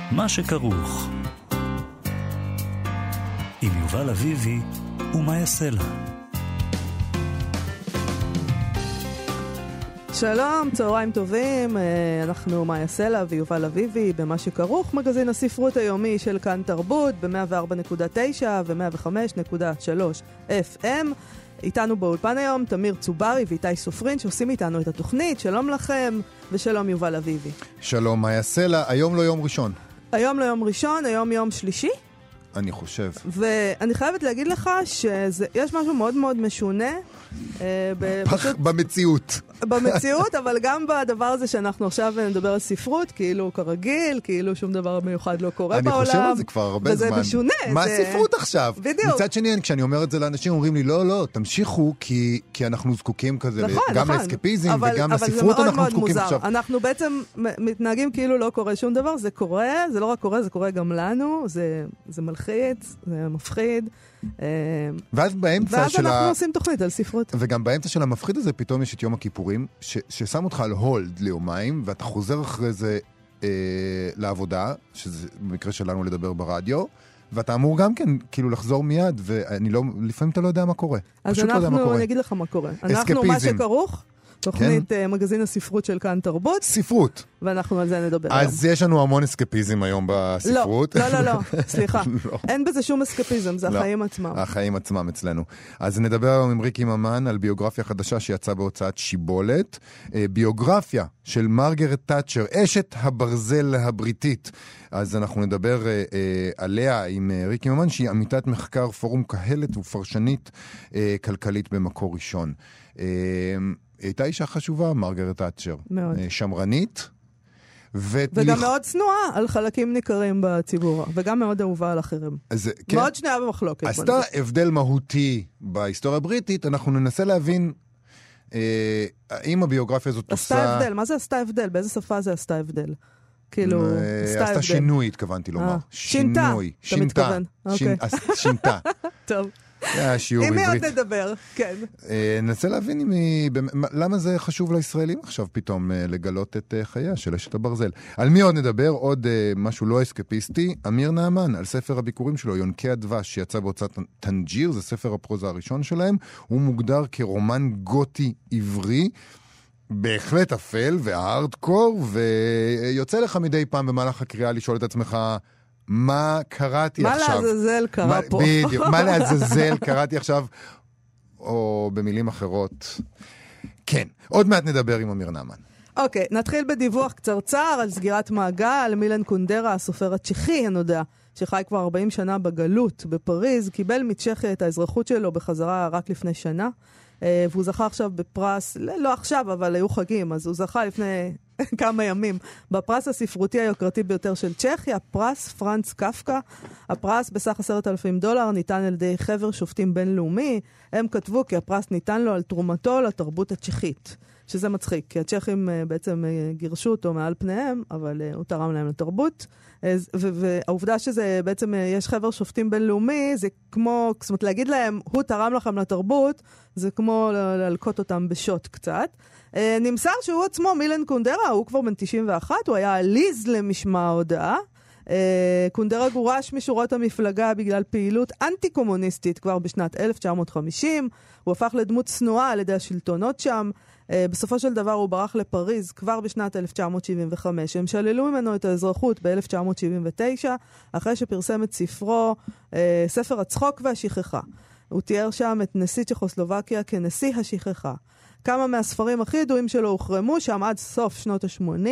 מה שכרוך. עם יובל אביבי ומה יעשה לה. שלום, צהריים טובים, אנחנו מאיה סלע ויובל אביבי במה שכרוך, מגזין הספרות היומי של כאן תרבות ב-104.9 ו-105.3 FM. איתנו באולפן היום תמיר צוברי ואיתי סופרין שעושים איתנו את התוכנית. שלום לכם ושלום יובל אביבי. שלום מאיה סלע, היום לא יום ראשון. היום לא יום ראשון, היום יום שלישי. אני חושב. ואני חייבת להגיד לך שיש משהו מאוד מאוד משונה במציאות. במציאות, אבל גם בדבר הזה שאנחנו עכשיו נדבר על ספרות, כאילו כרגיל, כאילו שום דבר מיוחד לא קורה בעולם. אני חושב על זה כבר הרבה זמן. וזה משונה. מה הספרות עכשיו? בדיוק. מצד שני, כשאני אומר את זה לאנשים, אומרים לי, לא, תמשיכו, כי אנחנו זקוקים כזה, גם לאסקפיזם וגם לספרות אנחנו זקוקים עכשיו. אנחנו בעצם מתנהגים כאילו לא קורה שום דבר, זה קורה, זה לא רק קורה, זה קורה גם לנו, זה מלחיץ, זה מפחיד. ואז אנחנו עושים תוכנית על ספרות. וגם באמצע של המפחיד הזה פתאום יש את יום הכיפורים, ששם אותך על הולד ליומיים, ואתה חוזר אחרי זה לעבודה, שזה במקרה שלנו לדבר ברדיו, ואתה אמור גם כן כאילו לחזור מיד, לפעמים אתה לא יודע מה קורה. אז אנחנו, אני אגיד לך מה קורה. אנחנו מה שכרוך, תוכנית מגזין הספרות של כאן תרבות. ספרות. ואנחנו על זה נדבר היום. אז יש לנו המון אסקפיזם היום בספרות. לא, סליחה. אין בזה שום אסקפיזם, זה החיים עצמם. החיים עצמם אצלנו. אז נדבר היום עם ריקי ממן על ביוגרפיה חדשה שיצאה בהוצאת שיבולת. ביוגרפיה של מרגרט תאצ'ר, אשת הברזל הבריטית. אז אנחנו נדבר עליה עם ריקי ממן, שהיא עמיתת מחקר פורום קהלת ופרשנית כלכלית במקור ראשון. הייתה אישה חשובה, מרגרט תאצ'ר. מאוד. שמרנית. וגם מאוד צנועה על חלקים ניכרים בציבור, וגם מאוד אהובה על אחרים. כן. מאוד שניה במחלוקת. עשתה הבדל מהותי בהיסטוריה הבריטית, אנחנו ננסה להבין האם הביוגרפיה הזאת עושה... עשתה הבדל, מה זה עשתה הבדל? באיזה שפה זה עשתה הבדל? כאילו, עשתה שינוי, התכוונתי לומר. שינתה, אתה מתכוון. שינתה. טוב. השיעור עם עברית. מי עוד נדבר? כן. ננסה להבין למה זה חשוב לישראלים עכשיו פתאום לגלות את חייה של אשת הברזל. על מי עוד נדבר? עוד משהו לא אסקפיסטי, אמיר נעמן, על ספר הביקורים שלו, יונקי הדבש, שיצא בהוצאת טנג'יר, זה ספר הפרוזה הראשון שלהם, הוא מוגדר כרומן גותי עברי, בהחלט אפל והארדקור, ויוצא לך מדי פעם במהלך הקריאה לשאול את עצמך, מה קראתי עכשיו? מה לעזאזל קרה פה? בדיוק, מה לעזאזל קראתי עכשיו? או במילים אחרות. כן, עוד מעט נדבר עם אמיר נעמן. אוקיי, נתחיל בדיווח קצרצר על סגירת מעגל. מילן קונדרה, הסופר הצ'כי הנודע, שחי כבר 40 שנה בגלות בפריז, קיבל מצ'כיה את האזרחות שלו בחזרה רק לפני שנה, והוא זכה עכשיו בפרס, לא עכשיו, אבל היו חגים, אז הוא זכה לפני כמה ימים, בפרס הספרותי היוקרתי ביותר של צ'כיה, פרס פרנץ קפקא. הפרס בסך $10,000 ניתן על ידי חבר שופטים בינלאומי. הם כתבו כי הפרס ניתן לו על תרומתו לתרבות הצ'כית, שזה מצחיק, כי הצ'כים בעצם גירשו אותו מעל פניהם, אבל הוא תרם להם לתרבות. והעובדה שזה בעצם יש חבר שופטים בינלאומי, זה כמו, זאת אומרת, להגיד להם, הוא תרם לכם לתרבות, זה כמו ללקוט אותם בשוט קצת. נמסר שהוא עצמו, מילן קונדרה, הוא כבר בן 91, הוא היה עליז למשמע ההודעה. קונדרה גורש משורות המפלגה בגלל פעילות אנטי-קומוניסטית כבר בשנת 1950, הוא הפך לדמות צנועה על ידי השלטונות שם, בסופו של דבר הוא ברח לפריז כבר בשנת 1975, הם שללו ממנו את האזרחות ב-1979, אחרי שפרסם את ספרו, ספר הצחוק והשכחה. הוא תיאר שם את נשיא צ'כוסלובקיה כנשיא השכחה. כמה מהספרים הכי ידועים שלו הוחרמו שם עד סוף שנות ה-80,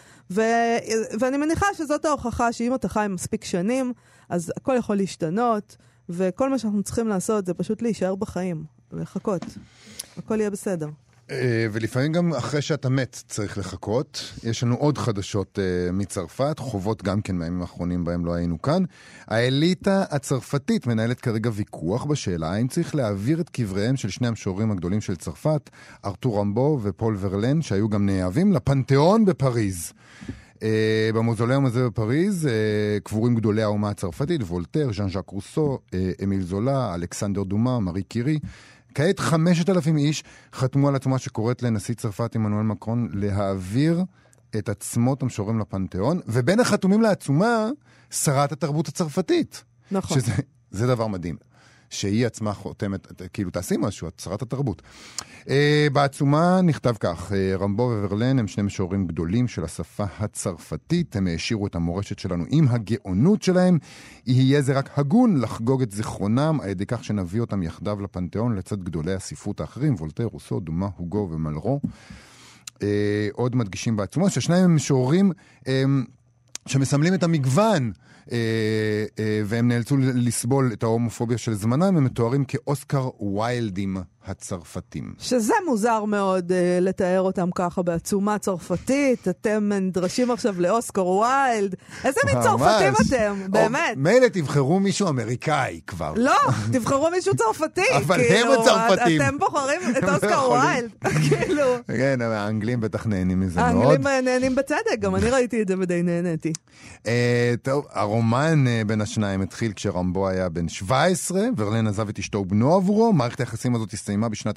ואני מניחה שזאת ההוכחה שאם אתה חי מספיק שנים, אז הכל יכול להשתנות, וכל מה שאנחנו צריכים לעשות זה פשוט להישאר בחיים, לחכות. הכל יהיה בסדר. ולפעמים גם אחרי שאתה מת צריך לחכות. יש לנו עוד חדשות מצרפת, חובות גם כן מהימים האחרונים בהם לא היינו כאן. האליטה הצרפתית מנהלת כרגע ויכוח בשאלה האם צריך להעביר את קבריהם של שני המשוררים הגדולים של צרפת, ארתור רמבו ופול ורלן, שהיו גם נאהבים, לפנתיאון בפריז. במוזיאום הזה בפריז קבורים גדולי האומה הצרפתית, וולטר, ז'אן ז'אק רוסו, אמיל זולה, אלכסנדר דומה, מארי קירי. כעת 5,000 איש חתמו על עצומה שקוראת לנשיא צרפת עמנואל מקרון להעביר את עצמות המשוררים לפנתיאון, ובין החתומים לעצומה, שרת התרבות הצרפתית. נכון. שזה דבר מדהים. שהיא עצמה חותמת, כאילו תעשי משהו, את שרת התרבות. בעצומה נכתב כך, רמבו וורלן הם שני משוררים גדולים של השפה הצרפתית, הם העשירו את המורשת שלנו עם הגאונות שלהם, יהיה זה רק הגון לחגוג את זיכרונם, על ידי כך שנביא אותם יחדיו לפנתיאון לצד גדולי הספרות האחרים, וולטר, רוסו, דומה, הוגו ומלרו. עוד מדגישים בעצומה, ששניים הם משוררים שמסמלים את המגוון, והם נאלצו לסבול את ההומופוביה של זמנם, הם מתוארים כאוסקר ויילדים הצרפתים. שזה מוזר מאוד לתאר אותם ככה בעצומה צרפתית, אתם נדרשים עכשיו לאוסקר ויילד, איזה מין צרפתים אתם, באמת. מילא תבחרו מישהו אמריקאי כבר. לא, תבחרו מישהו צרפתי. אבל הם הצרפתים. אתם בוחרים את אוסקר ויילד. כאילו. כן, האנגלים בטח נהנים מזה מאוד. האנגלים נהנים בצדק, גם אני ראיתי את זה ודי נהניתי. טוב, הרומן בין השניים התחיל כשרמבו היה בן 17, ורלן עזב את אשתו ובנו עבורו, מערכת היחסים הזאת הסתיימה בשנת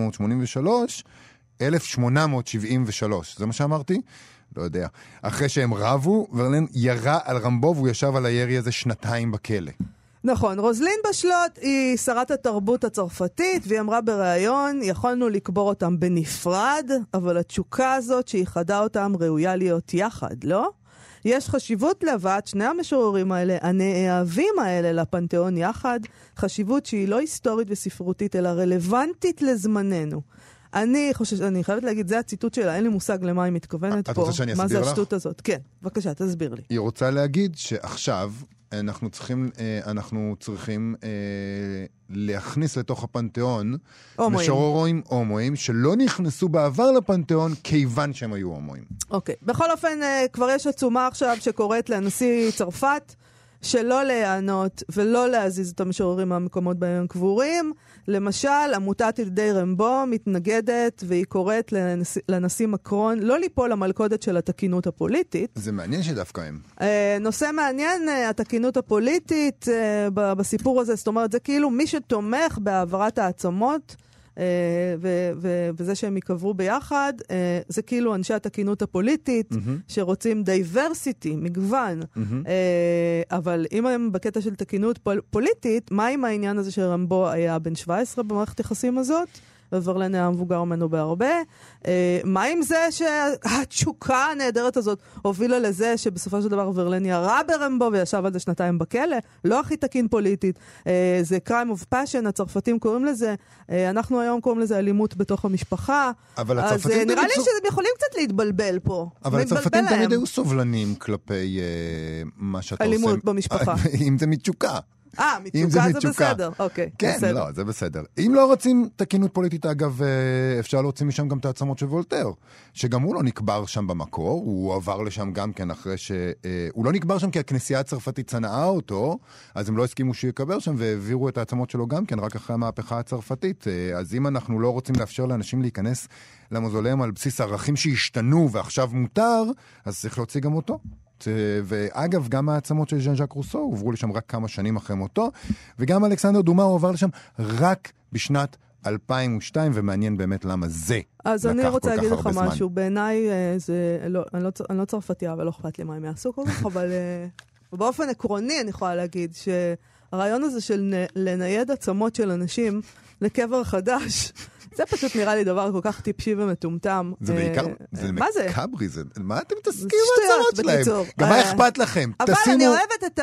1873, זה מה שאמרתי? לא יודע. אחרי שהם רבו, ורלן ירה על רמבו, והוא ישב על הירי הזה 2 בכלא. נכון, רוזלין בשלוט היא שרת התרבות הצרפתית, והיא אמרה בראיון, יכולנו לקבור אותם בנפרד, אבל התשוקה הזאת שיחדה אותם ראויה להיות יחד, לא? יש חשיבות להבאת שני המשוררים האלה, הנאהבים האלה לפנתיאון יחד, חשיבות שהיא לא היסטורית וספרותית, אלא רלוונטית לזמננו. אני חייבת להגיד, זה הציטוט שלה, אין לי מושג למה היא מתכוונת פה. את רוצה שאני אסביר לך? מה זה השטות הזאת? כן, בבקשה, תסביר לי. היא רוצה להגיד שעכשיו אנחנו צריכים להכניס לתוך הפנתיאון משוררים הומואים שלא נכנסו בעבר לפנתיאון כיוון שהם היו הומואים. אוקיי. בכל אופן, כבר יש עצומה עכשיו שקוראת לנשיא צרפת שלא להיענות ולא להזיז את המשוררים מהמקומות בהם הם קבורים. למשל, עמותת ידידי רמבו מתנגדת והיא קוראת לנשיא מקרון לא ליפול למלכודת של התקינות הפוליטית. זה מעניין שדווקא הם. נושא מעניין, התקינות הפוליטית בסיפור הזה, זאת אומרת, זה כאילו מי שתומך בהעברת העצמות וזה שהם יקברו ביחד, זה כאילו אנשי התקינות הפוליטית שרוצים דייברסיטי, מגוון. אבל אם הם בקטע של תקינות פוליטית, מה עם העניין הזה שרמבו היה בן 17 במערכת יחסים הזאת? וורלן היה מבוגר ממנו בהרבה. מה עם זה שהתשוקה הנהדרת הזאת הובילה לזה שבסופו של דבר וורלן ירה ברמבו וישב על זה 2 בכלא? לא הכי תקין פוליטית. זה crime of passion, הצרפתים קוראים לזה. אנחנו היום קוראים לזה אלימות בתוך המשפחה. אז נראה לי שהם יכולים קצת להתבלבל פה. אבל הצרפתים תמיד היו סובלנים כלפי מה שאתה עושה. אלימות במשפחה. אם זה מתשוקה. מתשוקה זה בסדר, אוקיי. כן, לא, זה בסדר. אם לא רוצים תקינות פוליטית, אגב, אפשר להוציא משם גם את העצמות של וולטר, שגם הוא לא נקבר שם במקור, הוא עבר לשם גם כן אחרי הוא לא נקבר שם כי הכנסייה הצרפתית צנעה אותו, אז הם לא הסכימו שיקבר שם, והעבירו את העצמות שלו גם כן, רק אחרי המהפכה הצרפתית. אז אם אנחנו לא רוצים לאפשר לאנשים להיכנס למוזיאום על בסיס ערכים שהשתנו ועכשיו מותר, אז צריך להוציא גם אותו. ואגב, גם העצמות של ז'אן ז'אק רוסו עוברו לשם רק כמה שנים אחרי מותו, וגם אלכסנדר דומה הוא עבר לשם רק בשנת 2002, ומעניין באמת למה זה לקח כל כך הרבה זמן. אז אני רוצה להגיד לך משהו, בעיניי אני לא צרפתיה, אבל לא אכפת לי מה הם יעשו כל כך, אבל באופן עקרוני אני יכולה להגיד שהרעיון הזה של לנייד עצמות של אנשים לקבר חדש, זה פשוט נראה לי דבר כל כך טיפשי ומטומטם. זה בעיקר, זה מקברי, מה אתם מתעסקים בעצמות שלהם? גם מה אכפת לכם? אבל אני אוהבת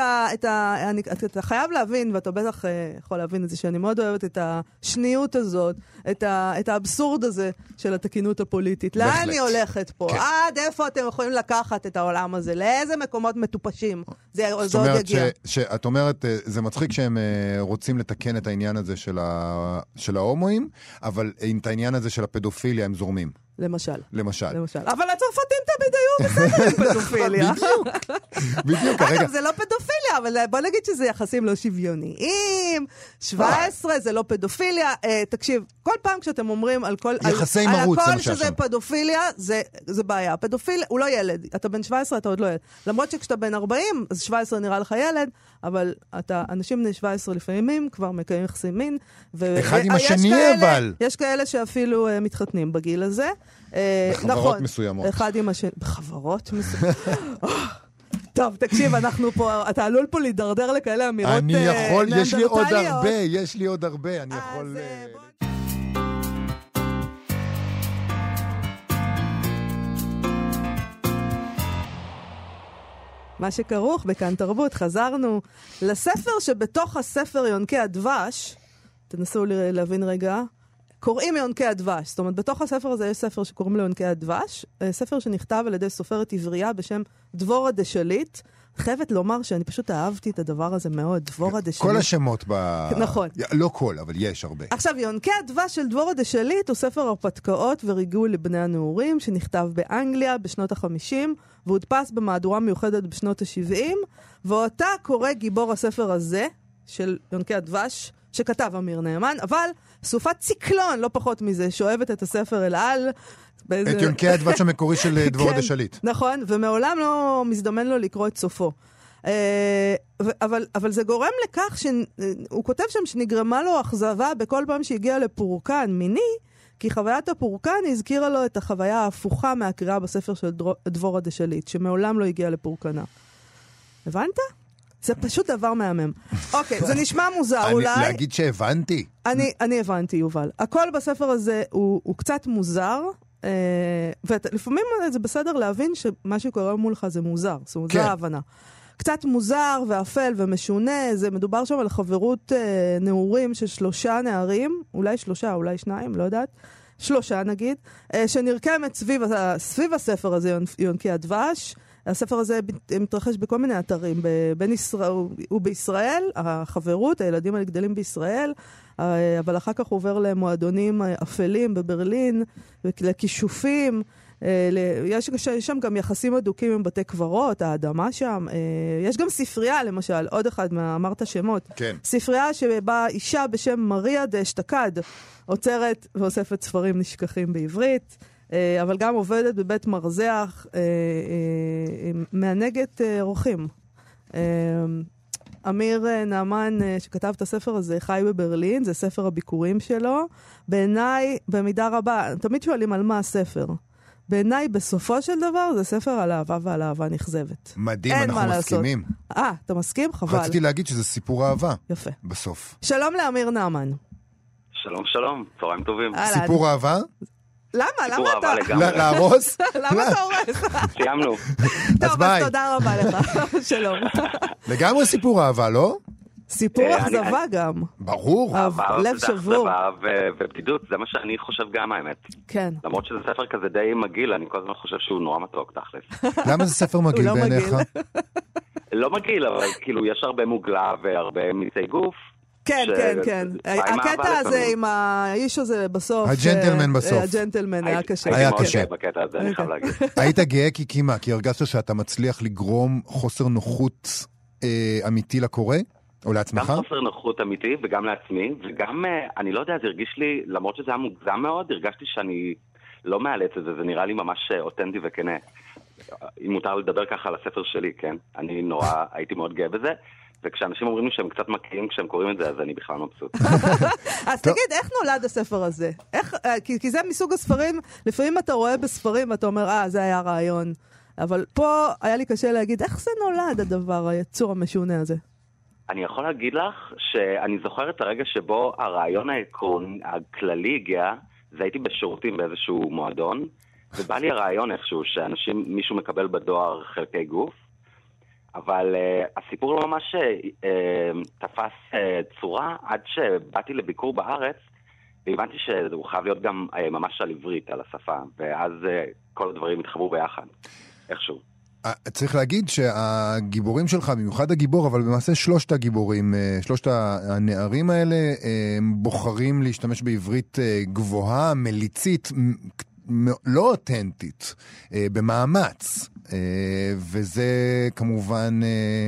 אתה חייב להבין, ואתה בטח יכול להבין את זה, שאני מאוד אוהבת את השניות הזאת, את האבסורד הזה של התקינות הפוליטית. לאן אני הולכת פה? עד איפה אתם יכולים לקחת את העולם הזה? לאיזה מקומות מטופשים? זה עוד יגיע. את אומרת, זה מצחיק שהם רוצים לתקן את העניין הזה של ההומואים, אבל את העניין הזה של הפדופיליה הם זורמים. למשל. אבל הצרפתים תמיד היו בסדר עם פדופיליה. בדיוק. אגב, זה לא פדופיליה, אבל בוא נגיד שזה יחסים לא שוויוניים. 17 זה לא פדופיליה. תקשיב, כל פעם כשאתם אומרים על הכל שזה פדופיליה, זה בעיה. פדופיל הוא לא ילד. אתה בן 17, אתה עוד לא ילד. למרות שכשאתה בן 40, אז 17 נראה לך ילד, אבל אנשים בני 17 לפעמים כבר מקיימים יחסי מין. אחד עם השני אבל. יש כאלה שאפילו מתחתנים בגיל הזה. בחברות מסוימות. אחד עם השני, בחברות מסוימות. טוב, תקשיב, אנחנו פה, אתה עלול פה להידרדר לכאלה אמירות נאנדרטליות. יש לי עוד הרבה, אני יכול... מה שכרוך בכאן תרבות, חזרנו לספר שבתוך הספר יונקי הדבש, תנסו להבין רגע, קוראים יונקי הדבש, זאת אומרת, בתוך הספר הזה יש ספר שקוראים לו יונקי הדבש, ספר שנכתב על ידי סופרת עברייה בשם דבורה דשליט. חייבת לומר שאני פשוט אהבתי את הדבר הזה מאוד, דבורה דשליט. כל השמות נכון. לא כל, אבל יש הרבה. עכשיו, יונקי הדבש של דבורה דשליט הוא ספר הרפתקאות וריגול לבני הנעורים, שנכתב באנגליה בשנות ה-50, והודפס במהדורה מיוחדת בשנות ה-70, ואותה קורא גיבור הספר הזה, של יונקי הדבש, שכתב אמיר נאמן, אבל סופת ציקלון, לא פחות מזה, שאוהבת את הספר אל על. את יונקי הדבש המקורי של דבורה דשליט. נכון, ומעולם לא מזדמן לו לקרוא את סופו. אבל זה גורם לכך שהוא כותב שם שנגרמה לו אכזבה בכל פעם שהגיע לפורקן מיני, כי חוויית הפורקן הזכירה לו את החוויה ההפוכה מהקריאה בספר של דבורה דשליט, שמעולם לא הגיע לפורקנה. הבנת? זה פשוט דבר מהמם. אוקיי, זה נשמע מוזר אולי. להגיד שהבנתי? אני הבנתי, יובל. הכל בספר הזה הוא קצת מוזר, ולפעמים זה בסדר להבין שמה שקורה מולך זה מוזר. זאת אומרת, זו ההבנה. קצת מוזר ואפל ומשונה, זה מדובר שם על חברות נעורים של 3 נערים, אולי 3, אולי 2, לא יודעת, 3 נגיד, שנרקמת סביב הספר הזה, יונקי הדבש. הספר הזה מתרחש בכל מיני אתרים, הוא בישראל, החברות, הילדים האלה גדלים בישראל, אבל אחר כך עובר למועדונים אפלים בברלין, לכישופים, יש שם גם יחסים אדוקים עם בתי קברות, האדמה שם, יש גם ספרייה למשל, עוד אחד אמרת שמות, כן. ספרייה שבה אישה בשם מריה דאשתקד, עוצרת ואוספת ספרים נשכחים בעברית, אבל גם עובדת בבית מרזח, מענגת אורחים. אמיר נאמן שכתב את הספר הזה חי בברלין, זה ספר הביקורים שלו. בעיניי, במידה רבה, תמיד שואלים על מה הספר. בעיניי, בסופו של דבר, זה ספר על אהבה ועל אהבה נכזבת. מדהים, אנחנו מסכימים. אתה מסכים? חבל. רציתי להגיד שזה סיפור אהבה. יפה. בסוף. שלום לאמיר נאמן. שלום, שלום. צהריים טובים. סיפור אהבה? למה? למה אתה... להרוס? למה אתה הורס? סיימנו. טוב, אז תודה רבה לך. שלום. לגמרי סיפור אהבה, לא? סיפור אכזבה גם. ברור. לב שבור. ובדידות, זה מה שאני חושב גם האמת. כן. למרות שזה ספר כזה די מגעיל, אני כל הזמן חושב שהוא נורא מתוק תכלס. למה זה ספר מגעיל בעיניך? לא מגעיל, אבל כאילו יש הרבה מוגלה והרבה מיצי גוף. כן, כן, כן. הקטע הזה עם האיש הזה בסוף. הג'נטלמן בסוף. הג'נטלמן היה קשה. היה קשה. בקטע הזה, אני חייב להגיד. היית גאה כי הרגשת שאתה מצליח לגרום חוסר נוחות אמיתי לקורא? או לעצמך? גם חוסר נוחות אמיתי וגם לעצמי, וגם, אני לא יודע, זה הרגיש לי, למרות שזה היה מוגזם מאוד, הרגשתי שאני לא מעלץ את זה, זה נראה לי ממש אותנטי וכנה. אם מותר לדבר ככה על הספר שלי, כן? אני נורא, הייתי מאוד גאה בזה. וכשאנשים אומרים לי שהם קצת מקרים כשהם קוראים את זה, אז אני בכלל מבסוט. אז תגיד, איך נולד הספר הזה? כי זה מסוג הספרים, לפעמים אתה רואה בספרים ואתה אומר, זה היה רעיון. אבל פה היה לי קשה להגיד, איך זה נולד הדבר, היצור המשונה הזה? אני יכול להגיד לך שאני זוכר את הרגע שבו הרעיון הכללי הגיע, זה הייתי בשירותים באיזשהו מועדון, ובא לי הרעיון איכשהו מישהו מקבל בדואר חלקי גוף, אבל הסיפור לא ממש תפס צורה עד שבאתי לביקור בארץ, והבנתי שהוא חייב להיות גם ממש על עברית, על השפה, ואז כל הדברים התחברו ביחד, איכשהו. צריך להגיד שהגיבורים שלך, במיוחד הגיבור, אבל במעשה שלושת הגיבורים, שלושת הנערים האלה, בוחרים להשתמש בעברית גבוהה, מליצית, לא אותנטית, במאמץ. וזה כמובן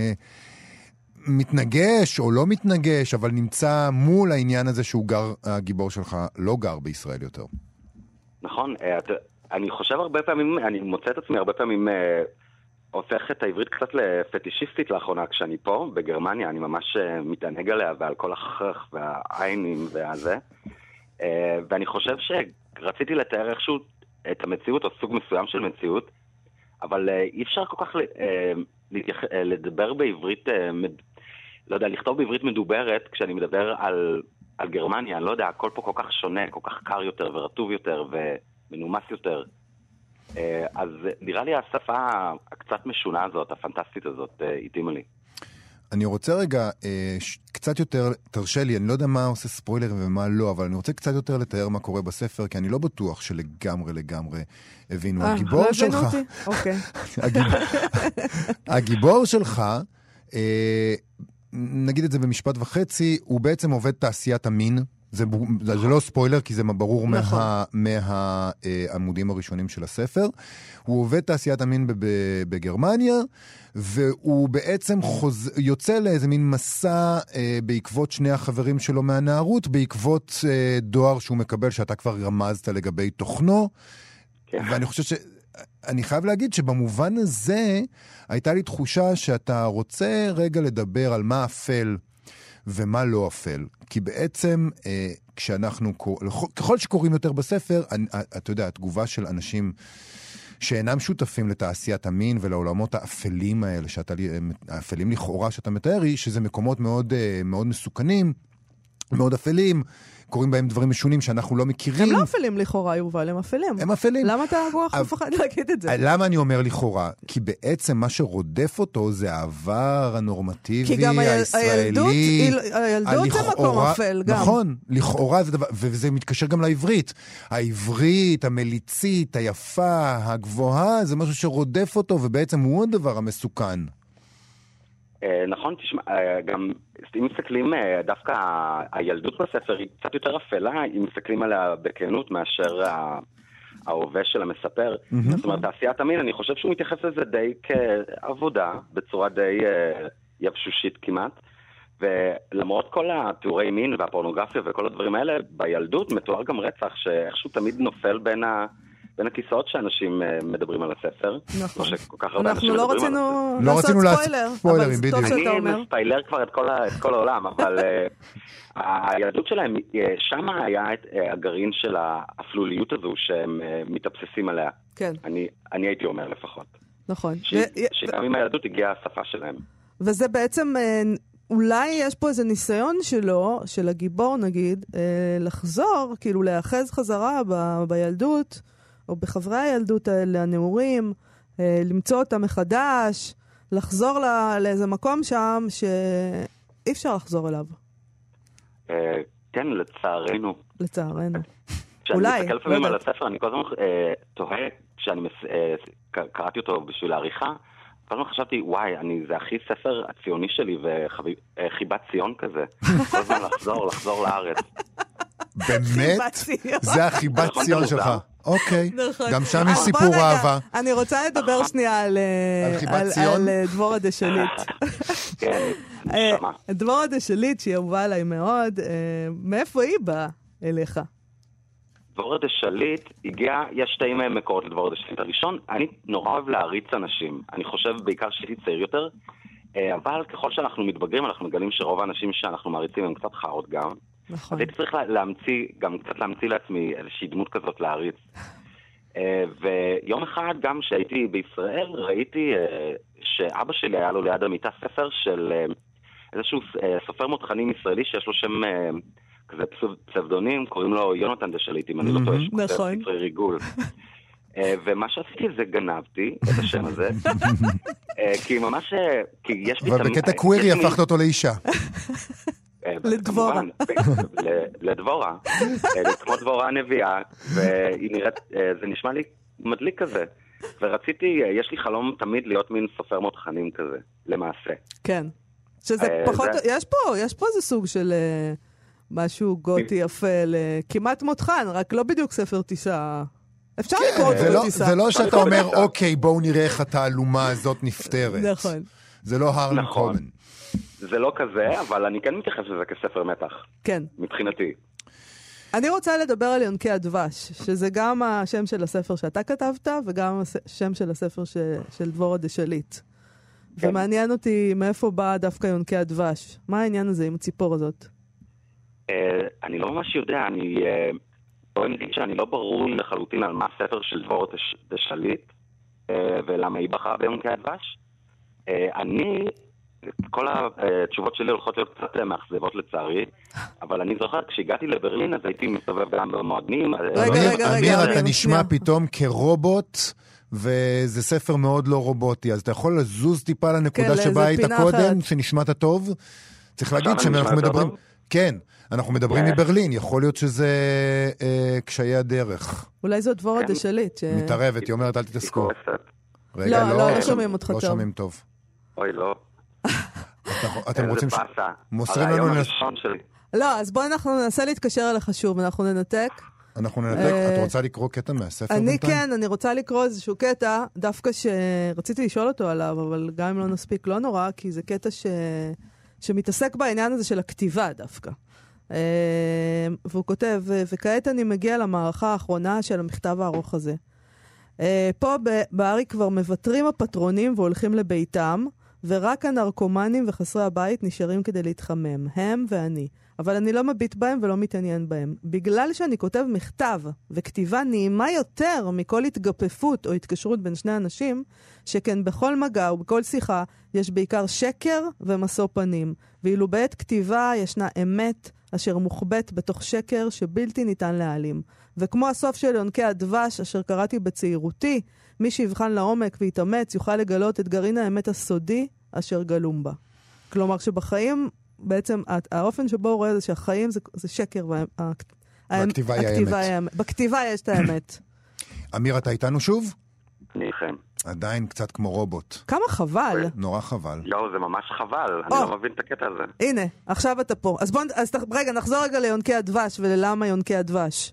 מתנגש או לא מתנגש, אבל נמצא מול העניין הזה הגיבור שלך לא גר בישראל יותר. נכון, אני חושב הרבה פעמים, אני מוצא את עצמי הרבה פעמים הופך את העברית קצת לפטישיסטית לאחרונה כשאני פה, בגרמניה, אני ממש מתענג עליה ועל כל החך והעיינים והזה. ואני חושב שרציתי לתאר איכשהו את המציאות או סוג מסוים של מציאות, אבל אי אפשר כל כך לדבר בעברית, לא יודע, לכתוב בעברית מדוברת כשאני מדבר על גרמניה, אני לא יודע, הכל פה כל כך שונה, כל כך קר יותר ורטוב יותר ומנומס יותר. אז נראה לי השפה הקצת משונה הזאת, הפנטסטית הזאת, התאימה לי. אני רוצה רגע קצת יותר, תרשה לי, אני לא יודע מה עושה ספוילר ומה לא, אבל אני רוצה קצת יותר לתאר מה קורה בספר, כי אני לא בטוח שלגמרי הבינו. הגיבור שלך, אוקיי. הגיבור שלך, נגיד את זה במשפט וחצי, הוא בעצם עובד תעשיית המין, זה לא ספוילר, כי זה ברור מהעמודים הראשונים של הספר. הוא עובד תעשיית המין בגרמניה, והוא בעצם יוצא לאיזה מין מסע בעקבות שני החברים שלו מהנערות, בעקבות דואר שהוא מקבל, שאתה כבר רמזת לגבי תוכנו. ואני חושב אני חייב להגיד שבמובן הזה הייתה לי תחושה שאתה רוצה רגע לדבר על מה אפל ומה לא אפל. כי בעצם כשאנחנו, ככל שקוראים יותר בספר, אתה יודע, התגובה של אנשים שאינם שותפים לתעשיית המין ולעולמות האפלים האלה, האפלים לכאורה שאתה מתאר, היא שזה מקומות מאוד, מאוד מסוכנים, מאוד אפלים, קוראים בהם דברים משונים שאנחנו לא מכירים. הם לא אפלים לכאורה, יובל, הם אפלים. הם אפלים. למה אתה כל כך מפחד להגיד את זה? למה אני אומר לכאורה? כי בעצם מה שרודף אותו זה העבר הנורמטיבי, הישראלי. הילדות זה מקום אפל גם. נכון, לכאורה זה דבר, וזה מתקשר גם לעברית. העברית, המליצית, היפה, הגבוהה, זה משהו שרודף אותו, ובעצם הוא הדבר המסוכן. נכון, תשמע, גם אם מסתכלים, דווקא הילדות בספר היא קצת יותר אפלה, אם מסתכלים עליה בכנות מאשר ההווה של המספר. זאת אומרת, תעשיית המין, אני חושב שהוא מתייחס לזה די כעבודה, בצורה די יבשושית כמעט, ולמרות כל התיאורי מין והפורנוגרפיה וכל הדברים האלה, בילדות מתואר גם רצח, שאיכשהו תמיד נופל בין הכיסאות שאנשים מדברים על הספר. נכון. אנחנו לא רצינו לעשות ספוילרים, בדיוק. אני מספיילר כבר את כל העולם, אבל הילדות שלהם, שם היה את הגרעין של האפלוליות הזו שהם מתאבססים עליה. כן. אני הייתי אומר לפחות. נכון. שגם עם הילדות הגיעה השפה שלהם. וזה בעצם, אולי יש פה איזה ניסיון שלו, של הגיבור נגיד, לחזור, כאילו להאחז חזרה בילדות, או בחברי הילדות האלה, הנעורים, למצוא אותם מחדש, לחזור לאיזה מקום שם שאי אפשר לחזור אליו. כן, לצערנו. לצערנו. כשאני מסתכל לפעמים על הספר, אני כל הזמן תוהה, כשאני קראתי אותו בשביל העריכה, כל הזמן חשבתי, וואי, זה הכי ספר הציוני שלי וחיבת ציון כזה. כל הזמן לחזור לארץ. באמת? זה החיבת ציון שלך. אוקיי, גם שם יש סיפור אהבה. אני רוצה לדבר שנייה על דבורה דשליט. כן, נשמע. דבורה דשליט, שהיא אהובה עליי מאוד, מאיפה היא באה אליך? דבורה דשליט הגיעה, יש שתי מקורות לדבורה דשליט. הראשון, אני נורא אוהב להריץ אנשים. אני חושב בעיקר שהייתי צעיר יותר, אבל ככל שאנחנו מתבגרים, אנחנו מגלים שרוב האנשים שאנחנו מעריצים הם קצת חרות גם. נכון. אז הייתי צריך גם קצת להמציא לעצמי איזושהי דמות כזאת להריץ. ויום אחד גם שהייתי בישראל, ראיתי שאבא שלי היה לו ליד המיטה ספר של איזשהו סופר מותחנים ישראלי שיש לו שם כזה פסבדונים, קוראים לו יונתן דשליט, אם אני לא טועה, נכון. ספרי ריגול. ומה שעשיתי זה גנבתי את השם הזה, כי ממש, כי יש לי... ובקטע קווירי הפכת אותו לאישה. לדבורה. לדבורה, כמו דבורה הנביאה, והיא נראית, זה נשמע לי מדליק כזה. ורציתי, יש לי חלום תמיד להיות מין סופר מותחנים כזה, למעשה. כן. שזה פחות, יש פה איזה סוג של משהו גותי אפל, כמעט מותחן, רק לא בדיוק ספר טיסה. אפשר לקרוא אותו בטיסה. זה לא שאתה אומר, אוקיי, בואו נראה איך התעלומה הזאת נפטרת. נכון. זה לא הרלם קומן. זה לא כזה, אבל אני כן מתייחס לזה כספר מתח. כן. מבחינתי. אני רוצה לדבר על יונקי הדבש, שזה גם השם של הספר שאתה כתבת, וגם השם של הספר של דבורה דשליט. ומעניין אותי מאיפה בא דווקא יונקי הדבש. מה העניין הזה עם הציפור הזאת? אני לא ממש יודע, בואי נגיד שאני לא ברור לחלוטין על מה הספר של דבורה דשליט, ולמה היא בחרה ביונקי הדבש. כל התשובות שלי הולכות להיות קצת מאכזבות לצערי, אבל אני זוכר, כשהגעתי לברלין, אז הייתי מסתובב גם במועדונים. רגע, אמיר, אתה נשמע פתאום כרובוט, וזה ספר מאוד לא רובוטי, אז אתה יכול לזוז טיפה לנקודה שבה היית קודם, שנשמעת טוב? צריך להגיד שאנחנו מדברים... כן, אנחנו מדברים מברלין, יכול להיות שזה קשיי הדרך. אולי זאת דבורה דשליט. מתערבת, היא אומרת, אל תתעסקו. רגע, לא שומעים אותך טוב. לא שומעים טוב. אוי, לא. אתם רוצים מוסרים לנו... הרעיון הראשון שלי. לא, אז בואו אנחנו ננסה להתקשר אליך שוב, אנחנו ננתק. את רוצה לקרוא קטע מהספר? אני רוצה לקרוא איזשהו קטע, דווקא שרציתי לשאול אותו עליו, אבל גם אם לא נספיק, לא נורא, כי זה קטע שמתעסק בעניין הזה של הכתיבה דווקא. והוא כותב, וכעת אני מגיע למערכה האחרונה של המכתב הארוך הזה. פה בארי כבר מבטרים הפטרונים והולכים לביתם, ורק הנרקומנים וחסרי הבית נשארים כדי להתחמם, הם ואני. אבל אני לא מביט בהם ולא מתעניין בהם. בגלל שאני כותב מכתב, וכתיבה נעימה יותר מכל התגפפות או התקשרות בין שני אנשים, שכן בכל מגע ובכל שיחה יש בעיקר שקר ומשוא פנים. ואילו בעת כתיבה ישנה אמת אשר מוחבט בתוך שקר שבלתי ניתן להעלים. וכמו הסוף של יונקי הדבש אשר קראתי בצעירותי, מי שיבחן לעומק ויתאמץ יוכל לגלות את גרעין האמת הסודי אשר גלום בה. כלומר שבחיים בעצם האופן שבו הוא רואה זה שהחיים זה שקר והכתיבה היא האמת. בכתיבה יש את האמת. אמיר, אתה איתנו שוב? אני איתכם. עדיין קצת כמו רובוט. כמה חבל. נורא חבל. לא, זה ממש חבל. אני לא מבין את הקטע הזה. הנה, עכשיו אתה פה. אז רגע, נחזור רגע ליונקי הדבש וללמה יונקי הדבש.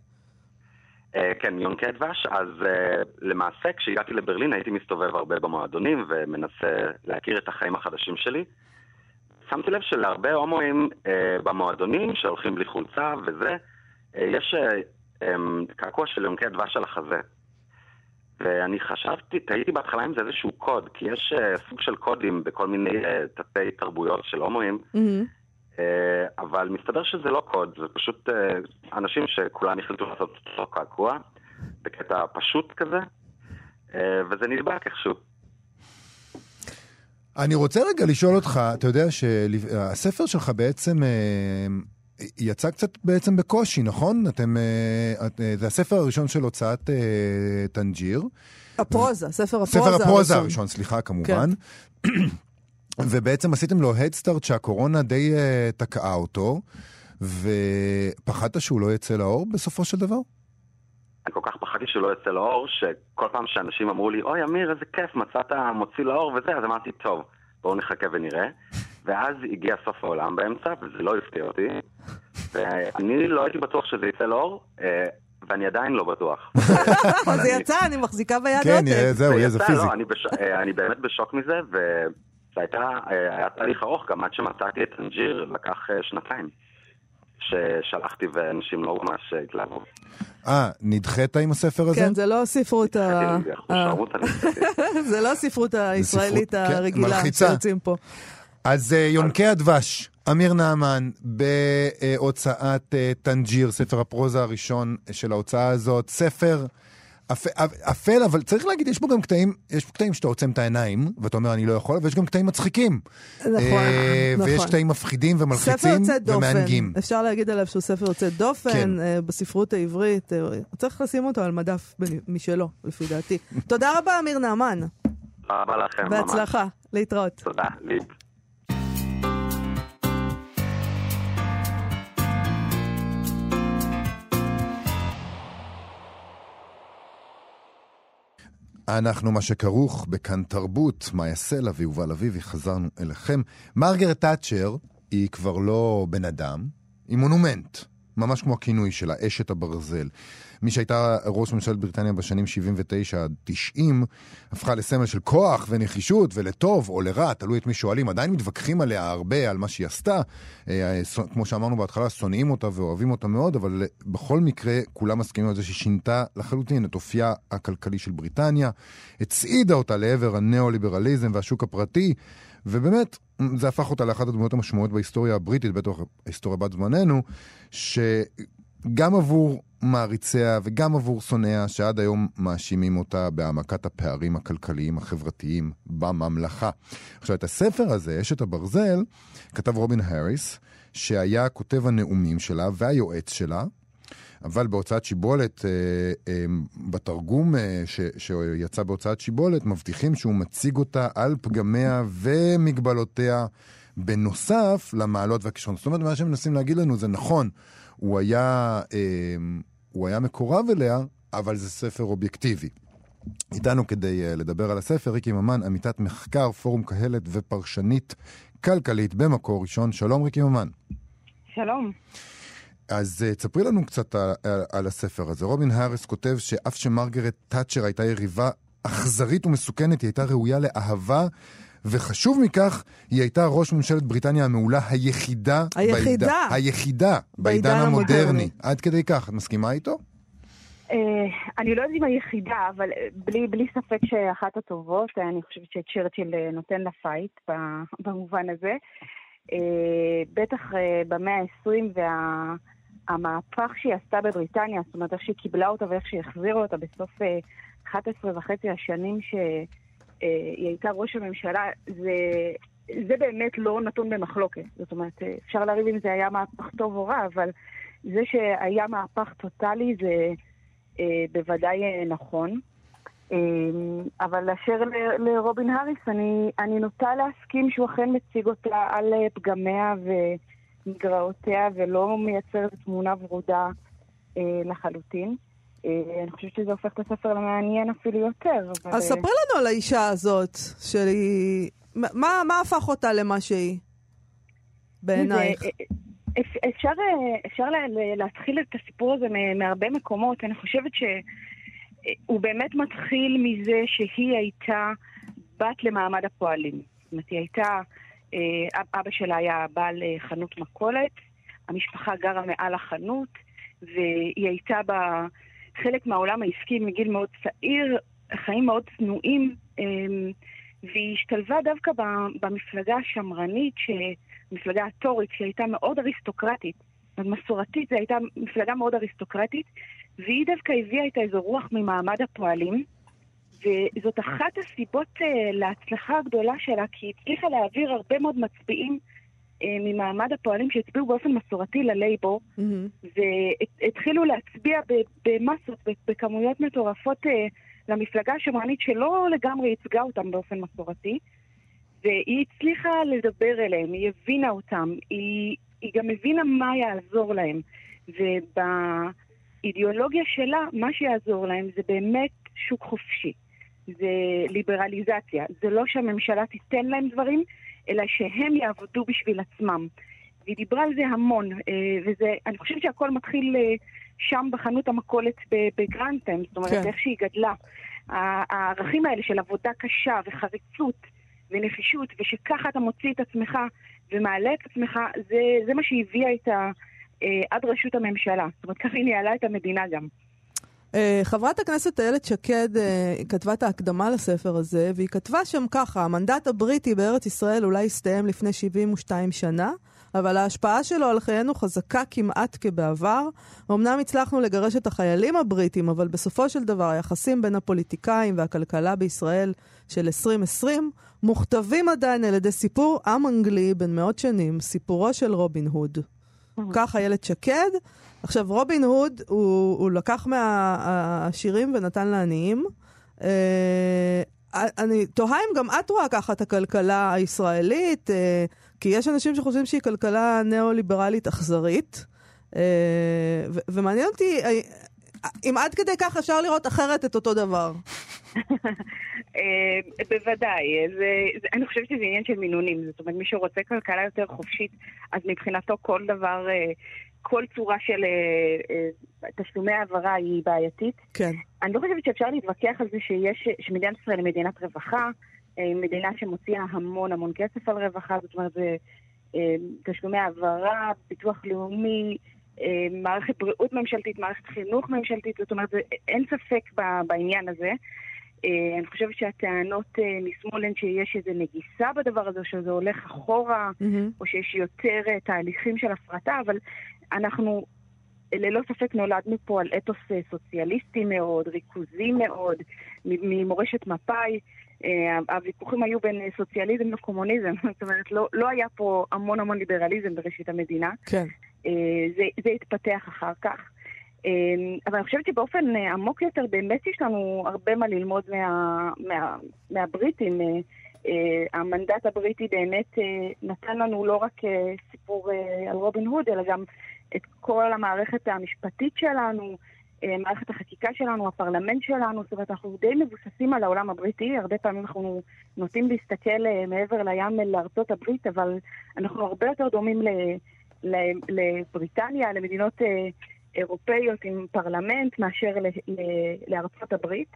כן, יונקי הדבש. אז למעשה, כשהגעתי לברלין הייתי מסתובב הרבה במועדונים ומנסה להכיר את החיים החדשים שלי. שמתי לב שלהרבה הומואים במועדונים שהולכים בלי חולצה וזה, יש קעקוע של יונקי הדבש על החזה. ואני תהיתי בהתחלה אם זה איזשהו קוד, כי יש סוג של קודים בכל מיני תתי תרבויות של הומואים, אבל מסתבר שזה לא קוד, זה פשוט אנשים שכולם החליטו לעשות אותו קעקוע, בקטע פשוט כזה, וזה נדבק איכשהו. אני רוצה רגע לשאול אותך, אתה יודע שהספר שלך בעצם יצא קצת בעצם בקושי, נכון? זה הספר הראשון של הוצאת טנג'יר. הפרוזה, ספר הפרוזה הראשון, סליחה כמובן. ובעצם עשיתם לו הדסטארט שהקורונה די תקעה אותו, ופחדת שהוא לא יצא לאור בסופו של דבר? אני כל כך פחדתי שהוא לא יצא לאור, שכל פעם שאנשים אמרו לי, אוי אמיר, איזה כיף, מצאת מוציא לאור וזה, אז אמרתי, טוב, בואו נחכה ונראה. ואז הגיע סוף העולם באמצע, וזה לא הפתיע אותי. ואני לא הייתי בטוח שזה יצא לאור, ואני עדיין לא בטוח. זה יצא, אני מחזיקה ביד עותק. כן, זהו, איזה פיזי. אני באמת בשוק מזה, וזה היה תהליך ארוך, גם עד שמצאתי את טנג'יר, לקח 2 ששלחתי ואנשים לא ממש התלהבו. נדחית עם הספר הזה? כן, זה לא ספרות זה לא הספרות הישראלית הרגילה שיוצאים פה. אז יונקי הדבש, אמיר נעמן, בהוצאת טנג'יר, ספר הפרוזה הראשון של ההוצאה הזאת, ספר אפל, אבל צריך להגיד, יש בו גם קטעים שאתה עוצם את העיניים, ואתה אומר אני לא יכול, ויש גם קטעים מצחיקים. נכון. ויש קטעים מפחידים ומלחיצים ומענגים. אפשר להגיד עליו שהוא ספר יוצא דופן, בספרות העברית, צריך לשים אותו על מדף משלו, לפי דעתי. תודה רבה, אמיר נעמן. תודה רבה לכם. בהצלחה, להתראות. תודה, ליב. אנחנו מה שכרוך בכאן תרבות, מאיה סלע ויובל אביבי, חזרנו אליכם. מרגרט תאצ'ר היא כבר לא בן אדם, היא מונומנט. ממש כמו הכינוי שלה, אשת הברזל. מי שהייתה ראש ממשלת בריטניה בשנים 79 עד 90, הפכה לסמל של כוח ונחישות ולטוב או לרע, תלוי את מי שואלים. עדיין מתווכחים עליה הרבה על מה שהיא עשתה. כמו שאמרנו בהתחלה, שונאים אותה ואוהבים אותה מאוד, אבל בכל מקרה כולם מסכימים על זה שהיא שינתה לחלוטין את אופייה הכלכלי של בריטניה, הצעידה אותה לעבר הנאו-ליברליזם והשוק הפרטי, ובאמת זה הפך אותה לאחת הדמויות המשמעויות בהיסטוריה הבריטית, בטח ההיסטוריה בת זמננו, שגם עבור מעריציה וגם עבור שונאיה שעד היום מאשימים אותה בהעמקת הפערים הכלכליים החברתיים בממלכה. עכשיו, את הספר הזה, אשת הברזל, כתב רובין הריס, שהיה כותב הנאומים שלה והיועץ שלה, אבל בהוצאת שיבולת, בתרגום שיצא בהוצאת שיבולת, מבטיחים שהוא מציג אותה על פגמיה ומגבלותיה, בנוסף למעלות והכישרונות. זאת אומרת, מה שהם מנסים להגיד לנו זה נכון, הוא היה מקורב אליה, אבל זה ספר אובייקטיבי. איתנו כדי לדבר על הספר, ריקי ממן, עמיתת מחקר, פורום קהלת ופרשנית כלכלית במקור ראשון. שלום ריקי ממן. שלום. אז תספרי לנו קצת על הספר הזה. רובין הריס כותב שאף שמרגרט תאצ'ר הייתה יריבה אכזרית ומסוכנת, היא הייתה ראויה לאהבה, וחשוב מכך, היא הייתה ראש ממשלת בריטניה המעולה היחידה בעידן המודרני. עד כדי כך, את מסכימה איתו? אני לא יודעת אם היחידה, אבל בלי ספק שאחת הטובות, אני חושבת שצ'רצ'יל נותן לה פייט במובן הזה. בטח במאה ה-20 והמהפך שהיא עשתה בבריטניה, זאת אומרת איך שהיא קיבלה אותה ואיך שהיא החזירה אותה בסוף 11 וחצי השנים שהיא הייתה ראש הממשלה, זה באמת לא נתון במחלוקת. זאת אומרת, אפשר להריב אם זה היה מהפך טוב או רע, אבל זה שהיה מהפך טוטלי זה בוודאי נכון. אבל אשר לרובין הריס, אני נוטה להסכים שהוא אכן מציג אותה על פגמיה ומגרעותיה ולא מייצר תמונה ורודה לחלוטין. אני חושבת שזה הופך את הספר למעניין אפילו יותר. אז ספרי לנו על האישה הזאת, מה הפך אותה למה שהיא בעינייך? אפשר להתחיל את הסיפור הזה מהרבה מקומות. אני חושבת הוא באמת מתחיל מזה שהיא הייתה בת למעמד הפועלים. זאת אומרת, היא הייתה, אבא שלה היה בעל חנות מכולת, המשפחה גרה מעל החנות, והיא הייתה בחלק מהעולם העסקי מגיל מאוד צעיר, חיים מאוד צנועים, והיא השתלבה דווקא במפלגה השמרנית, מפלגה התורית, שהייתה מאוד אריסטוקרטית. מסורתית, זו הייתה מפלגה מאוד אריסטוקרטית, והיא דווקא הביאה איתה איזו רוח ממעמד הפועלים, וזאת אחת הסיבות להצלחה הגדולה שלה, כי היא הצליחה להעביר הרבה מאוד מצביעים ממעמד הפועלים שהצביעו באופן מסורתי ללייבור, והתחילו להצביע במסות, בכמויות מטורפות למפלגה השמרנית שלא לגמרי ייצגה אותם באופן מסורתי, והיא הצליחה לדבר אליהם, היא הבינה אותם, היא גם הבינה מה יעזור להם, ובאידיאולוגיה שלה, מה שיעזור להם זה באמת שוק חופשי, זה ליברליזציה, זה לא שהממשלה תיתן להם דברים, אלא שהם יעבדו בשביל עצמם. והיא דיברה על זה המון, ואני חושבת שהכל מתחיל שם בחנות המכולת בגרנטם, זאת אומרת, איך שהיא גדלה. הערכים האלה של עבודה קשה וחריצות ונחישות, ושככה אתה מוציא את עצמך ומעלה את עצמך, זה מה שהביאה איתה עד ראשות הממשלה. זאת אומרת, ככה היא ניהלה את המדינה גם. חברת הכנסת איילת שקד כתבה את ההקדמה לספר הזה, והיא כתבה שם ככה: המנדט הבריטי בארץ ישראל אולי הסתיים לפני 72 שנה, אבל ההשפעה שלו על חיינו חזקה כמעט כבעבר. אמנם הצלחנו לגרש את החיילים הבריטים, אבל בסופו של דבר היחסים בין הפוליטיקאים והכלכלה בישראל של 2020 מוכתבים עדיין על ידי סיפור עם אנגלי בן מאות שנים, סיפורו של רובין הוד. כך איילת שקד. עכשיו, רובין הוד, הוא לקח מהעשירים ונתן לעניים. אני תוהה אם גם את רואה ככה את הכלכלה הישראלית, כי יש אנשים שחושבים שהיא כלכלה נאו-ליברלית אכזרית, ומעניין אותי, אם עד כדי כך אפשר לראות אחרת את אותו דבר. בוודאי, אני חושבת שזה עניין של מינונים, זאת אומרת, מי שרוצה כלכלה יותר חופשית, אז מבחינתו כל צורה של תשלומי העברה היא בעייתית. כן. אני לא חושבת שאפשר להתווכח על זה שמדינת ישראל היא מדינת רווחה, מדינה שמוציאה המון כסף על רווחה, זאת אומרת, זה תשלומי העברה, ביטוח לאומי, מערכת בריאות ממשלתית, מערכת חינוך ממשלתית, זאת אומרת, אין ספק בעניין הזה. אני חושבת שהטענות משמאל הן שיש איזו נגיסה בדבר הזה, שזה הולך אחורה, או שיש יותר תהליכים של הפרטה, אבל אנחנו ללא ספק נולדנו פה על אתוס סוציאליסטי מאוד, ריכוזי מאוד, ממורשת מפאי. הוויכוחים היו בין סוציאליזם וקומוניזם, זאת אומרת, לא היה פה המון ליברליזם בראשית המדינה. כן. זה התפתח אחר כך. אבל אני חושבת שבאופן עמוק יותר באמת יש לנו הרבה מה ללמוד מהבריטים. המנדט הבריטי באמת נתן לנו לא רק סיפור על רובין הוד, אלא גם את כל המערכת המשפטית שלנו, מערכת החקיקה שלנו, הפרלמנט שלנו. זאת אומרת, אנחנו די מבוססים על העולם הבריטי. הרבה פעמים אנחנו נוטים להסתכל מעבר לים לארצות הברית, אבל אנחנו הרבה יותר דומים לבריטניה, למדינות אירופאיות עם פרלמנט מאשר לארצות הברית.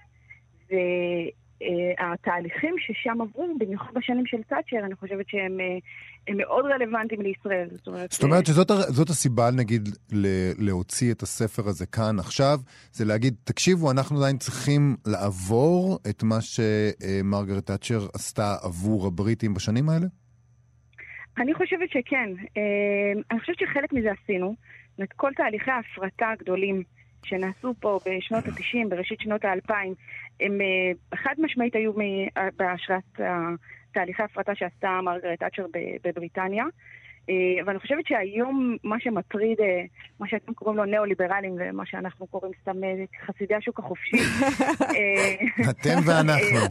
והתהליכים ששם עברו, במיוחד בשנים של תאצ'ר, אני חושבת שהם מאוד רלוונטיים לישראל. זאת אומרת שזאת הסיבה, נגיד, להוציא את הספר הזה כאן עכשיו, זה להגיד, תקשיבו, אנחנו עדיין צריכים לעבור את מה שמרגרט תאצ'ר עשתה עבור הבריטים בשנים האלה? אני חושבת שכן. אני חושבת שחלק מזה עשינו. את כל תהליכי ההפרטה הגדולים שנעשו פה בשנות ה-90, בראשית שנות ה-2000, הם חד משמעית היו בהשראת תהליכי ההפרטה שעשתה מרגרט תאצ'ר בבריטניה. ואני חושבת שהיום מה שמטריד, מה שאתם קוראים לו ניאו-ליברלים, ומה שאנחנו קוראים סתם חסידי השוק החופשי. אתם ואנחנו.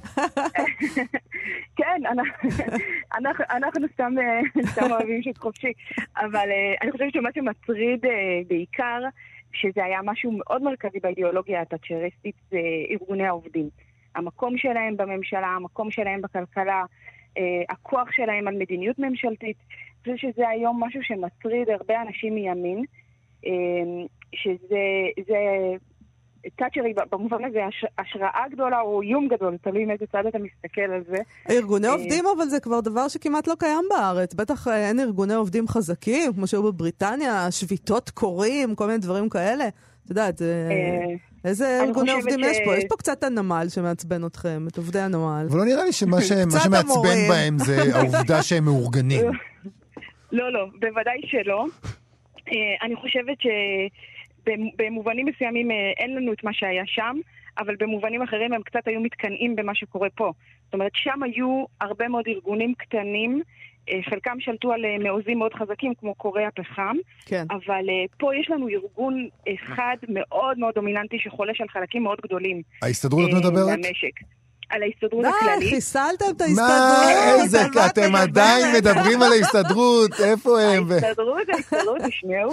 כן, אנחנו סתם אוהבים שוק חופשי. אבל אני חושבת שמה שמטריד בעיקר, שזה היה משהו מאוד מרכזי באידיאולוגיה התאצ'ריסטית, זה ארגוני העובדים. המקום שלהם בממשלה, המקום שלהם בכלכלה, הכוח שלהם על מדיניות ממשלתית. אני חושב שזה היום משהו שמטריד הרבה אנשים מימין, שזה תאצ'רי במובן הזה השראה גדולה או איום גדול, תלוי מאיזה צד אתה מסתכל על זה. ארגוני עובדים, אבל זה כבר דבר שכמעט לא קיים בארץ. בטח אין ארגוני עובדים חזקים, כמו שהיו בבריטניה, שביתות קורים, כל מיני דברים כאלה. את יודעת, איזה ארגוני עובדים יש פה? יש פה קצת הנמל שמעצבן אתכם, את עובדי הנמל. אבל לא נראה לי שמה שמעצבן בהם זה העובדה שהם מאורגנים. לא, בוודאי שלא. אני חושבת שבמובנים מסוימים אין לנו את מה שהיה שם, אבל במובנים אחרים הם קצת היו מתקנאים במה שקורה פה. זאת אומרת, שם היו הרבה מאוד ארגונים קטנים, חלקם שלטו על מעוזים מאוד חזקים, כמו קוריאה פחם, כן. אבל פה יש לנו ארגון אחד מאוד מאוד דומיננטי שחולש על חלקים מאוד גדולים. ההסתדרות את מדברת? מהמשק. על ההסתדרות הכללית. חיסלתם את ההסתדרות. מה? איזה, אתם עדיין מדברים על ההסתדרות? איפה הם? ההסתדרות, תשמעו.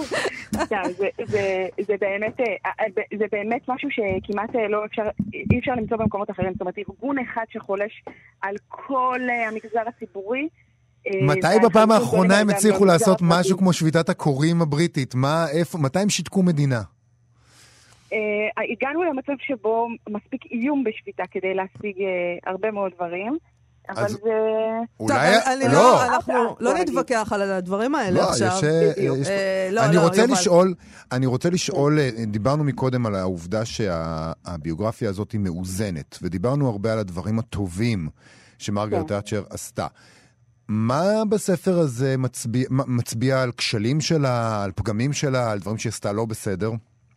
זה באמת משהו שכמעט אי אפשר למצוא במקומות אחרים. זאת אומרת, ארגון אחד שחולש על כל המגזר הציבורי. מתי בפעם האחרונה הם הצליחו לעשות משהו כמו שביתת הקוראים הבריטית? מתי הם שיתקו מדינה? הגענו למצב שבו מספיק איום בשביתה כדי להשיג הרבה מאוד דברים, אבל זה... אולי... אנחנו לא נתווכח על הדברים האלה עכשיו. אני רוצה לשאול, דיברנו מקודם על העובדה שהביוגרפיה הזאת היא מאוזנת, ודיברנו הרבה על הדברים הטובים שמרגרט תאצ'ר עשתה. מה בספר הזה מצביע על כשלים שלה, על פגמים שלה, על דברים שעשתה לא בסדר?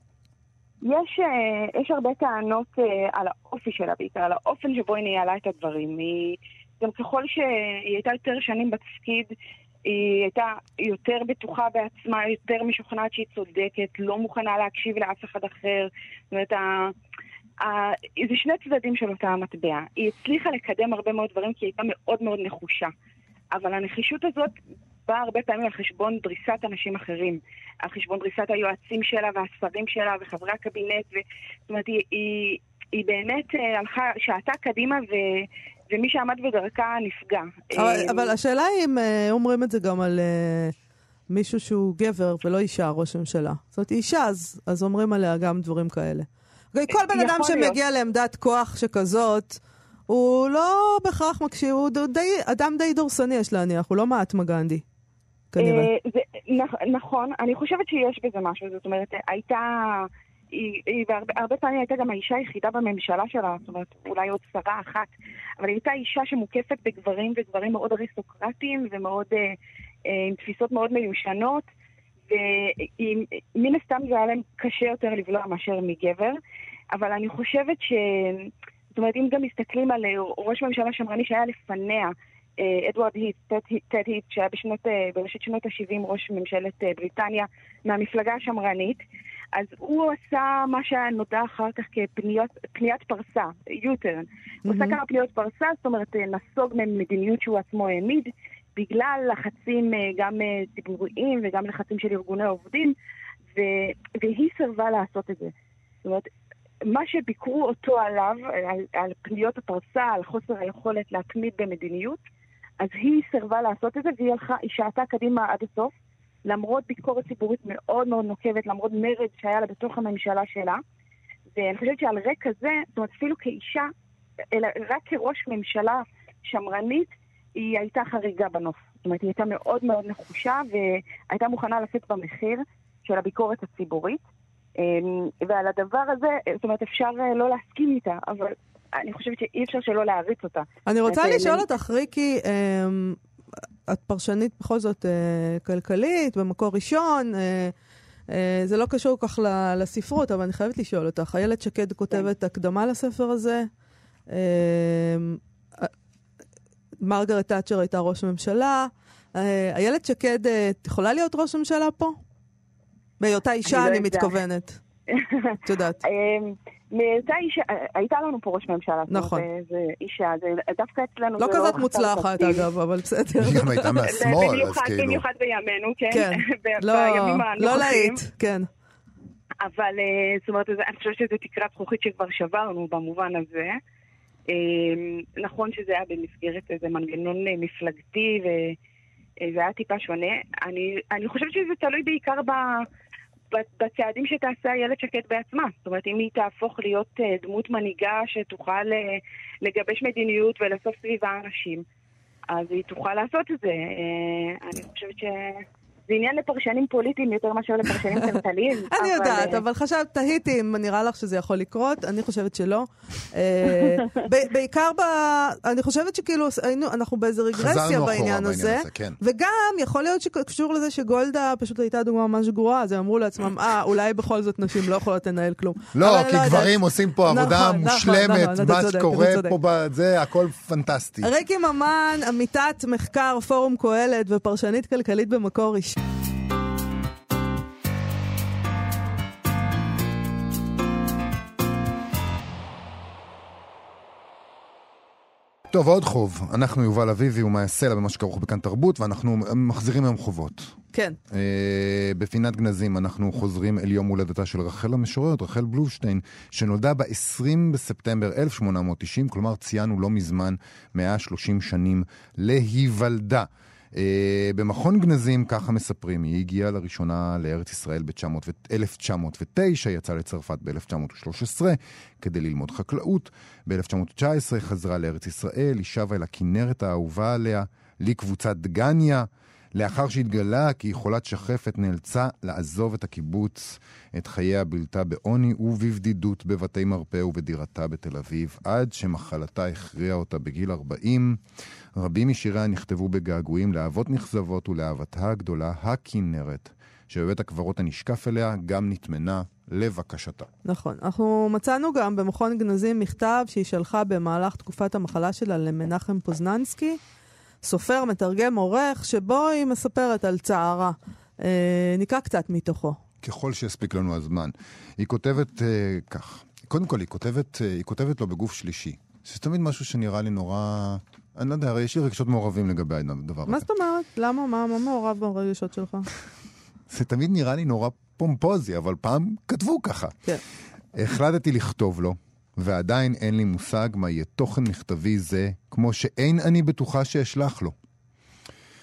יש הרבה טענות על האופי שלה, בעיקר על האופן שבו היא ניהלה את הדברים. גם ככל שהיא הייתה יותר שנים בתפקיד, היא הייתה יותר בטוחה בעצמה, יותר משוכנעת שהיא צודקת, לא מוכנה להקשיב לאף אחד אחר. זאת אומרת, זה שני צדדים של אותה המטבע. היא הצליחה לקדם הרבה מאוד דברים כי היא הייתה מאוד מאוד נחושה. אבל הנחישות הזאת באה הרבה פעמים על חשבון דריסת אנשים אחרים. על חשבון דריסת היועצים שלה והשרים שלה וחברי הקבינט. זאת אומרת, היא באמת הלכה שעתה קדימה ומי שעמד בדרכה נפגע. אבל השאלה היא אם אומרים את זה גם מישהו שהוא גבר ולא אישה, ראש ממשלה. זאת אומרת, אישה, אז אומרים עליה גם דברים כאלה. כל בן אדם שמגיע לעמדת כוח שכזאת, הוא לא בהכרח מקשיב, הוא אדם די דורסני, יש להניח, הוא לא מעטמה גנדי, כנראה. נכון, אני חושבת שיש בזה משהו, זאת אומרת, הרבה פעמים הייתה גם האישה היחידה בממשלה שלה, זאת אומרת, אולי עוד שרה אחת, אבל היא הייתה אישה שמוקפת בגברים, וגברים מאוד אריסטוקרטיים, ומאוד, עם תפיסות מאוד מיושנות, ומן הסתם זה היה להם קשה יותר לבלוע מאשר מגבר, אבל אני חושבת זאת אומרת, אם גם מסתכלים על ראש ממשלה שמרני שהיה לפניה, אדוארד היט, טד היט, שהיה בראשית שנות ה-70 ראש ממשלת בריטניה מהמפלגה השמרנית, אז הוא עשה מה שנודע אחר כך כפניית פרסה, U-turn. הוא עשה כמה פניות פרסה, זאת אומרת, נסוג ממדיניות שהוא עצמו העמיד, בגלל לחצים גם ציבוריים וגם לחצים של ארגוני עובדים, והיא סרבה לעשות את זה. זאת אומרת, מה שביקרו אותו עליו, על פניות הפרסה, על חוסר היכולת להתמיד במדיניות, אז היא סרבה לעשות את זה, והיא שעתה קדימה עד הסוף, למרות ביקורת ציבורית מאוד מאוד נוקבת, למרות מרד שהיה לה בתוך הממשלה שלה, ואני חושבת שעל רקע זה, זאת אומרת, אפילו כאישה, אלא רק כראש ממשלה שמרנית, היא הייתה חריגה בנוף. זאת אומרת, היא הייתה מאוד מאוד נחושה, והייתה מוכנה לשאת במחיר של הביקורת הציבורית, ועל הדבר הזה, זאת אומרת, אפשר לא להסכים איתה, אבל אני חושבת שאי אפשר שלא להריץ אותה. אני רוצה לשאול אותך, ריקי, את פרשנית בכל זאת כלכלית, במקור ראשון, זה לא קשור כך לספרות, אבל אני חייבת לשאול אותך. איילת שקד כותבת הקדמה לספר הזה, מרגרט תאצ'ר הייתה ראש ממשלה, איילת שקד יכולה להיות ראש ממשלה פה? בהיותה אישה אני מתכוונת. את יודעת. מאותה אישה, הייתה לנו פה ראש ממשלה. נכון. זה אישה, זה דווקא אצלנו. לא כזאת מוצלחת אגב, אבל בסדר. היא גם הייתה מהשמאל, אז כאילו. במיוחד בימינו, כן? כן. בימים הנוכחים. לא להיט, כן. אבל, זאת אומרת, אני חושבת שזו תקרת זכוכית שכבר שברנו במובן הזה. נכון שזה היה במסגרת איזה מנגנון מפלגתי, וזה היה טיפה שונה. אני חושבת שזה תלוי בעיקר בצעדים שתעשה איילת שקד בעצמה. זאת אומרת, אם היא תהפוך להיות דמות מנהיגה שתוכל לגבש מדיניות ולאסוף סביבה אנשים, אז היא תוכל לעשות את זה. אני חושבת זה עניין לפרשנים פוליטיים יותר מאשר לפרשנים כלכליים. אני יודעת, אבל תהיתי אם נראה לך שזה יכול לקרות, אני חושבת שלא. בעיקר אני חושבת שכאילו אנחנו באיזו רגרסיה בעניין הזה, וגם יכול להיות שקשור לזה שגולדה פשוט הייתה דוגמה ממש גרועה, אז הם אמרו לעצמם, אולי בכל זאת נשים לא יכולות לנהל כלום. לא, כי גברים עושים פה עבודה מושלמת, מה שקורה פה בזה, הכל פנטסטי. ריקי ממן, עמיתת מחקר פורום קהלת ופרשנית כלכלית במקור ראשון. טוב, עוד חוב. אנחנו יובל אביבי ומאיה סלע במה שכרוך בכאן תרבות, ואנחנו מחזירים היום חובות. כן. בפינת גנזים אנחנו חוזרים אל יום הולדתה של רחל המשוררת, רחל בלובשטיין, שנולדה ב-20 בספטמבר 1890, כלומר ציינו לא מזמן 130 שנים להיוולדה. במכון גנזים, ככה מספרים, היא הגיעה לראשונה לארץ ישראל ב-1909, יצאה לצרפת ב-1913 כדי ללמוד חקלאות. ב-1919 חזרה לארץ ישראל, היא שבה אל הכנרת האהובה עליה, לקבוצת דגניה. לאחר שהתגלה כי היא חולת שחפת, נאלצה לעזוב את הקיבוץ. את חייה בילתה בעוני ובבדידות בבתי מרפא ובדירתה בתל אביב, עד שמחלתה הכריעה אותה בגיל 40. רבים משיריה נכתבו בגעגועים לאהבות נכזבות ולאהבתה הגדולה, הכנרת, שבבית הקברות הנשקף אליה גם נתמנה לבקשתה. נכון. אנחנו מצאנו גם במכון גנזים מכתב שהיא שלחה במהלך תקופת המחלה שלה למנחם פוזננסקי, סופר, מתרגם, עורך, שבו היא מספרת על צערה. נקרא קצת מתוכו. ככל שיספיק לנו הזמן. היא כותבת כך. קודם כל, היא כותבת לו בגוף שלישי. שזה תמיד משהו שנראה לי נורא... אני לא יודע, הרי יש לי רגשות מעורבים לגבי הדבר הזה. מה זאת אומרת? למה? מה מעורב ברגשות שלך? זה תמיד נראה לי נורא פומפוזי, אבל פעם כתבו ככה. כן. החלטתי לכתוב לו, ועדיין אין לי מושג מה יהיה תוכן מכתבי זה, כמו שאין אני בטוחה שאשלח לו.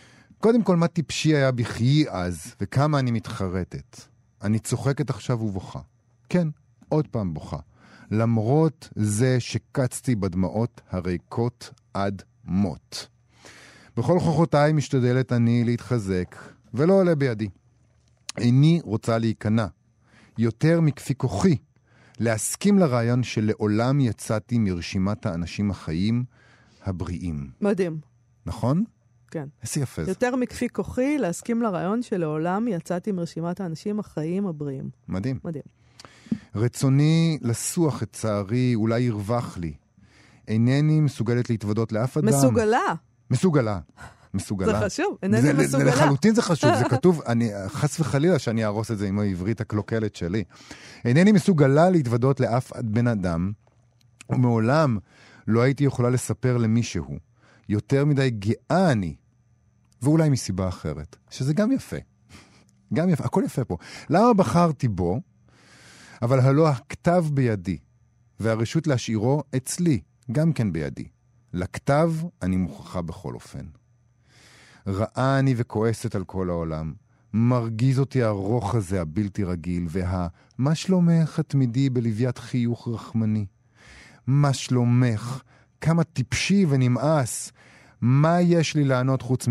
קודם כל, מה טיפשי היה בחיי אז, וכמה אני מתחרטת. אני צוחקת עכשיו ובוכה. כן, עוד פעם בוכה. למרות זה שקצתי בדמעות הריקות עד מות. בכל כוחותיי משתדלת אני להתחזק, ולא עולה בידי. איני רוצה להיכנע, יותר מכפי כוחי, להסכים לרעיון שלעולם יצאתי מרשימת האנשים החיים הבריאים. מדהים. נכון? כן. איזה יפה זה. יותר מכפי כוחי להסכים לרעיון שלעולם יצאתי מרשימת האנשים החיים הבריאים. מדהים. מדהים. רצוני לסוח את צערי, אולי ירווח לי. אינני מסוגלת להתוודות לאף אדם. מסוגלה. זה חשוב, אינני מסוגלה. זה לחלוטין זה חשוב, זה כתוב, חס וחלילה שאני ארוס את זה עם העברית הקלוקלת שלי. אינני מסוגלה להתוודות לאף בן אדם, ומעולם לא הייתי יכולה לספר למישהו. יותר מדי גאה אני, ואולי מסיבה אחרת, שזה גם יפה. גם יפה, הכל יפה פה. למה בחרתי בו? אבל הלא הכתב בידי, והרשות להשאירו אצלי, גם כן בידי. לכתב אני מוכרחה בכל אופן. ראה אני וכועסת על כל העולם. מרגיז אותי הרוח הזה הבלתי רגיל, מה שלומך התמידי בלוויית חיוך רחמני? מה שלומך? כמה טיפשי ונמאס. מה יש לי לענות חוץ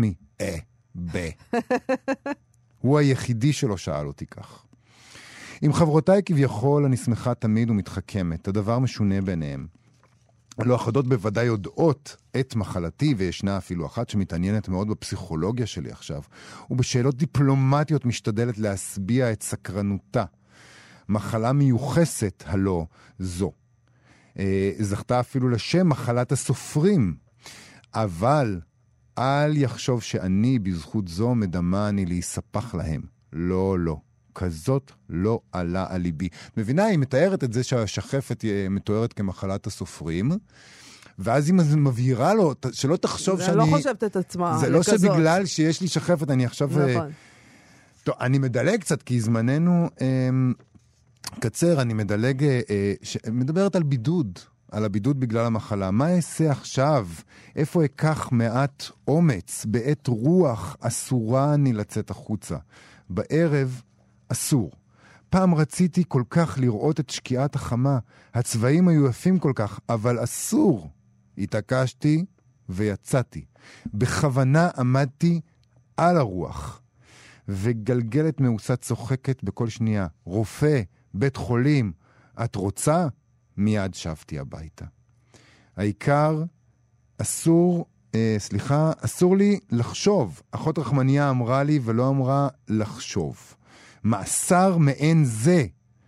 הוא היחידי שלא שאל אותי כך. עם חברותיי כביכול אני שמחה תמיד ומתחכמת. הדבר משונה ביניהם. לא אחדות בוודאי יודעות את מחלתי, וישנה אפילו אחת שמתעניינת מאוד בפסיכולוגיה שלי עכשיו, ובשאלות דיפלומטיות משתדלת להסביע את סקרנותה. מחלה מיוחסת הלא זו. זכתה אפילו לשם מחלת הסופרים. אבל אל יחשוב שאני בזכות זו מדמה אני להיספח להם. לא, לא. כזאת לא עלה על ליבי. מבינה, היא מתארת את זה שהשחפת מתוארת כמחלת הסופרים, ואז היא מבהירה לו, שלא תחשוב שאני... זה לא חושבת את עצמה. זה לא שבגלל שיש לי שחפת, אני עכשיו... נכון. טוב, אני מדלג קצת, כי זמננו קצר, אני מדברת על בידוד, על הבידוד בגלל המחלה. מה אעשה עכשיו? איפה אקח מעט אומץ? בעת רוח אסורה אני לצאת החוצה. בערב אסור. פעם רציתי כל כך לראות את שקיעת החמה. הצבעים היו יפים כל כך, אבל אסור. התעקשתי ויצאתי. בכוונה עמדתי על הרוח. וגלגלת מעושה צוחקת בכל שנייה. רופא, בית חולים, את רוצה? מיד שבתי הביתה. העיקר, אסור לי לחשוב. אחות רחמניה אמרה לי ולא אמרה לחשוב. מאסר מעין זה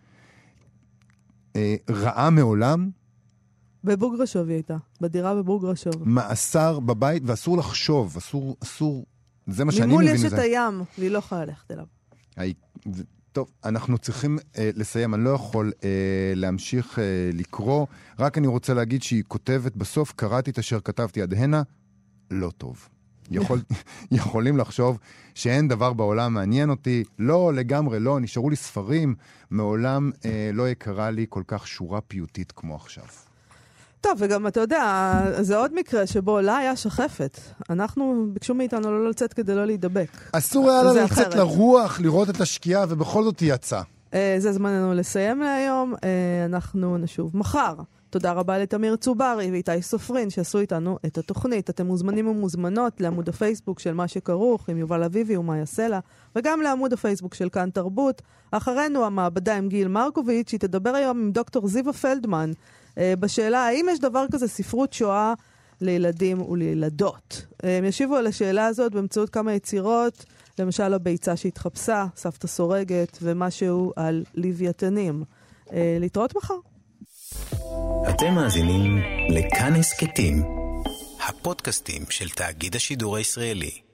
רעה מעולם? בבוגרשוב היא הייתה, בדירה בבוגרשוב. מאסר בבית, ואסור לחשוב, אסור, זה מה שאני מבין. ממול יש את הים, והיא לא יכולה ללכת אליו. טוב, אנחנו צריכים לסיים, אני לא יכול להמשיך לקרוא, רק אני רוצה להגיד שהיא כותבת בסוף, קראתי את אשר כתבתי עד הנה, לא טוב. יכולים לחשוב שאין דבר בעולם מעניין אותי, לא, לגמרי לא, נשארו לי ספרים, מעולם לא יקרה לי כל כך שורה פיוטית כמו עכשיו. טוב, וגם אתה יודע, זה עוד מקרה שבו לה היה שחפת. ביקשו מאיתנו לא לצאת כדי לא להידבק. אסור היה לה לצאת לרוח, לראות את השקיעה, ובכל זאת היא יצאה. זה זמננו לסיים להיום, אנחנו נשוב מחר. תודה רבה לתמיר צוברי ואיתי סופרין שעשו איתנו את התוכנית. אתם מוזמנים ומוזמנות לעמוד הפייסבוק של מה שכרוך עם יובל אביבי ומאיה סלע, וגם לעמוד הפייסבוק של כאן תרבות. אחרינו המעבדה עם גיל מרקוביץ', היא תדבר היום עם דוקטור זיווה פלדמן, בשאלה האם יש דבר כזה ספרות שואה לילדים ולילדות. הם ישיבו על השאלה הזאת באמצעות כמה יצירות, למשל הביצה שהתחפשה, סבתא סורגת ומשהו על לוויתנים. להתראות מחר. אתם מאזינים לכאן הסכתים, הפודקאסטים של תאגיד השידור הישראלי.